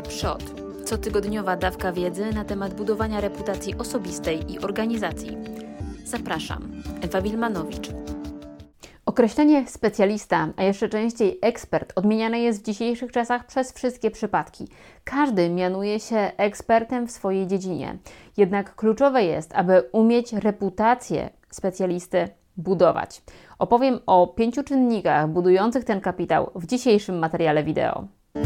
PSZOT. Cotygodniowa dawka wiedzy na temat budowania reputacji osobistej i organizacji. Zapraszam, Ewa Wilmanowicz. Określenie specjalista, a jeszcze częściej ekspert, odmieniane jest w dzisiejszych czasach przez wszystkie przypadki. Każdy mianuje się ekspertem w swojej dziedzinie. Jednak kluczowe jest, aby umieć reputację specjalisty budować. Opowiem o 5 czynnikach budujących ten kapitał w dzisiejszym materiale wideo.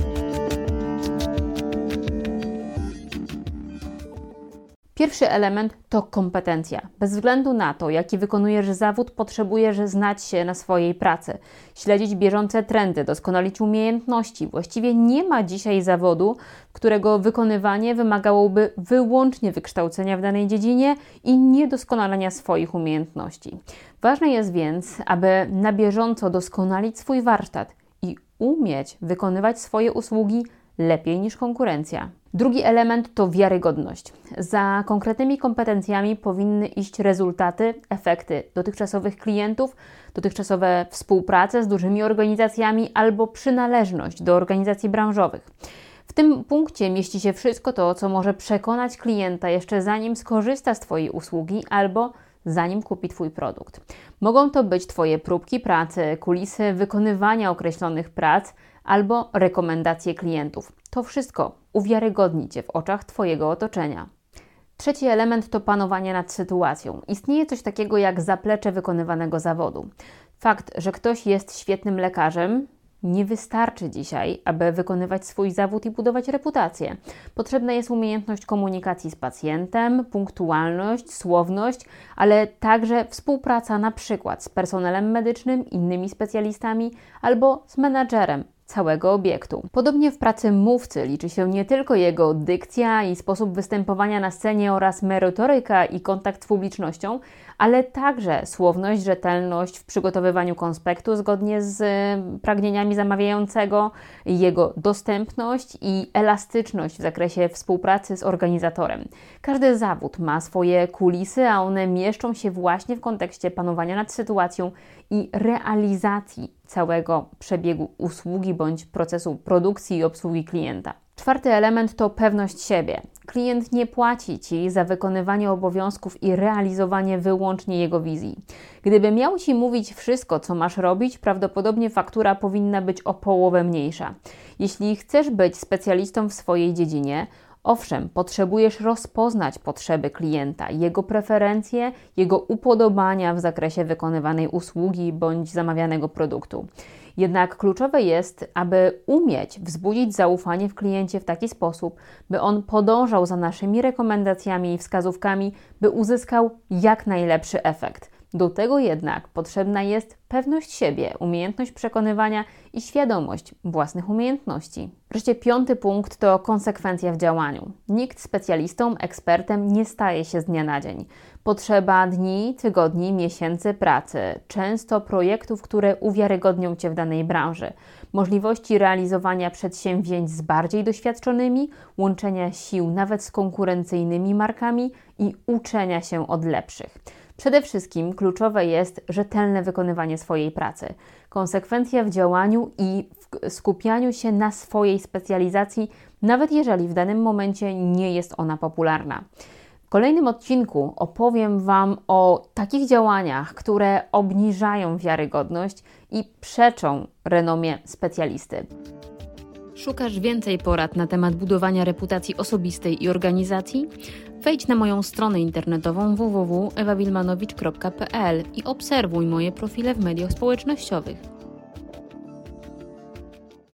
Pierwszy element to kompetencja. Bez względu na to, jaki wykonujesz zawód, potrzebujesz znać się na swojej pracy, śledzić bieżące trendy, doskonalić umiejętności. Właściwie nie ma dzisiaj zawodu, którego wykonywanie wymagałoby wyłącznie wykształcenia w danej dziedzinie i niedoskonalenia swoich umiejętności. Ważne jest więc, aby na bieżąco doskonalić swój warsztat i umieć wykonywać swoje usługi lepiej niż konkurencja. Drugi element to wiarygodność. Za konkretnymi kompetencjami powinny iść rezultaty, efekty dotychczasowych klientów, dotychczasowe współprace z dużymi organizacjami albo przynależność do organizacji branżowych. W tym punkcie mieści się wszystko to, co może przekonać klienta jeszcze zanim skorzysta z Twojej usługi albo zanim kupi Twój produkt. Mogą to być Twoje próbki pracy, kulisy wykonywania określonych prac albo rekomendacje klientów. To wszystko uwiarygodni Cię w oczach Twojego otoczenia. Trzeci element to panowanie nad sytuacją. Istnieje coś takiego jak zaplecze wykonywanego zawodu. Fakt, że ktoś jest świetnym lekarzem, nie wystarczy dzisiaj, aby wykonywać swój zawód i budować reputację. Potrzebna jest umiejętność komunikacji z pacjentem, punktualność, słowność, ale także współpraca na przykład z personelem medycznym, innymi specjalistami albo z menadżerem całego obiektu. Podobnie w pracy mówcy liczy się nie tylko jego dykcja i sposób występowania na scenie oraz merytoryka i kontakt z publicznością, ale także słowność, rzetelność w przygotowywaniu konspektu zgodnie z pragnieniami zamawiającego, jego dostępność i elastyczność w zakresie współpracy z organizatorem. Każdy zawód ma swoje kulisy, a one mieszczą się właśnie w kontekście panowania nad sytuacją i realizacji całego przebiegu usługi bądź procesu produkcji i obsługi klienta. Czwarty element to pewność siebie. Klient nie płaci Ci za wykonywanie obowiązków i realizowanie wyłącznie jego wizji. Gdyby miał Ci mówić wszystko, co masz robić, prawdopodobnie faktura powinna być o połowę mniejsza. Jeśli chcesz być specjalistą w swojej dziedzinie, owszem, potrzebujesz rozpoznać potrzeby klienta, jego preferencje, jego upodobania w zakresie wykonywanej usługi bądź zamawianego produktu. Jednak kluczowe jest, aby umieć wzbudzić zaufanie w kliencie w taki sposób, by on podążał za naszymi rekomendacjami i wskazówkami, by uzyskał jak najlepszy efekt. Do tego jednak potrzebna jest pewność siebie, umiejętność przekonywania i świadomość własnych umiejętności. Wreszcie 5. punkt to konsekwencja w działaniu. Nikt specjalistą, ekspertem nie staje się z dnia na dzień. Potrzeba dni, tygodni, miesięcy pracy, często projektów, które uwiarygodnią Cię w danej branży, możliwości realizowania przedsięwzięć z bardziej doświadczonymi, łączenia sił nawet z konkurencyjnymi markami i uczenia się od lepszych. Przede wszystkim kluczowe jest rzetelne wykonywanie swojej pracy, konsekwencja w działaniu i w skupianiu się na swojej specjalizacji, nawet jeżeli w danym momencie nie jest ona popularna. W kolejnym odcinku opowiem Wam o takich działaniach, które obniżają wiarygodność i przeczą renomie specjalisty. Szukasz więcej porad na temat budowania reputacji osobistej i organizacji? Wejdź na moją stronę internetową www.ewawilmanowicz.pl i obserwuj moje profile w mediach społecznościowych.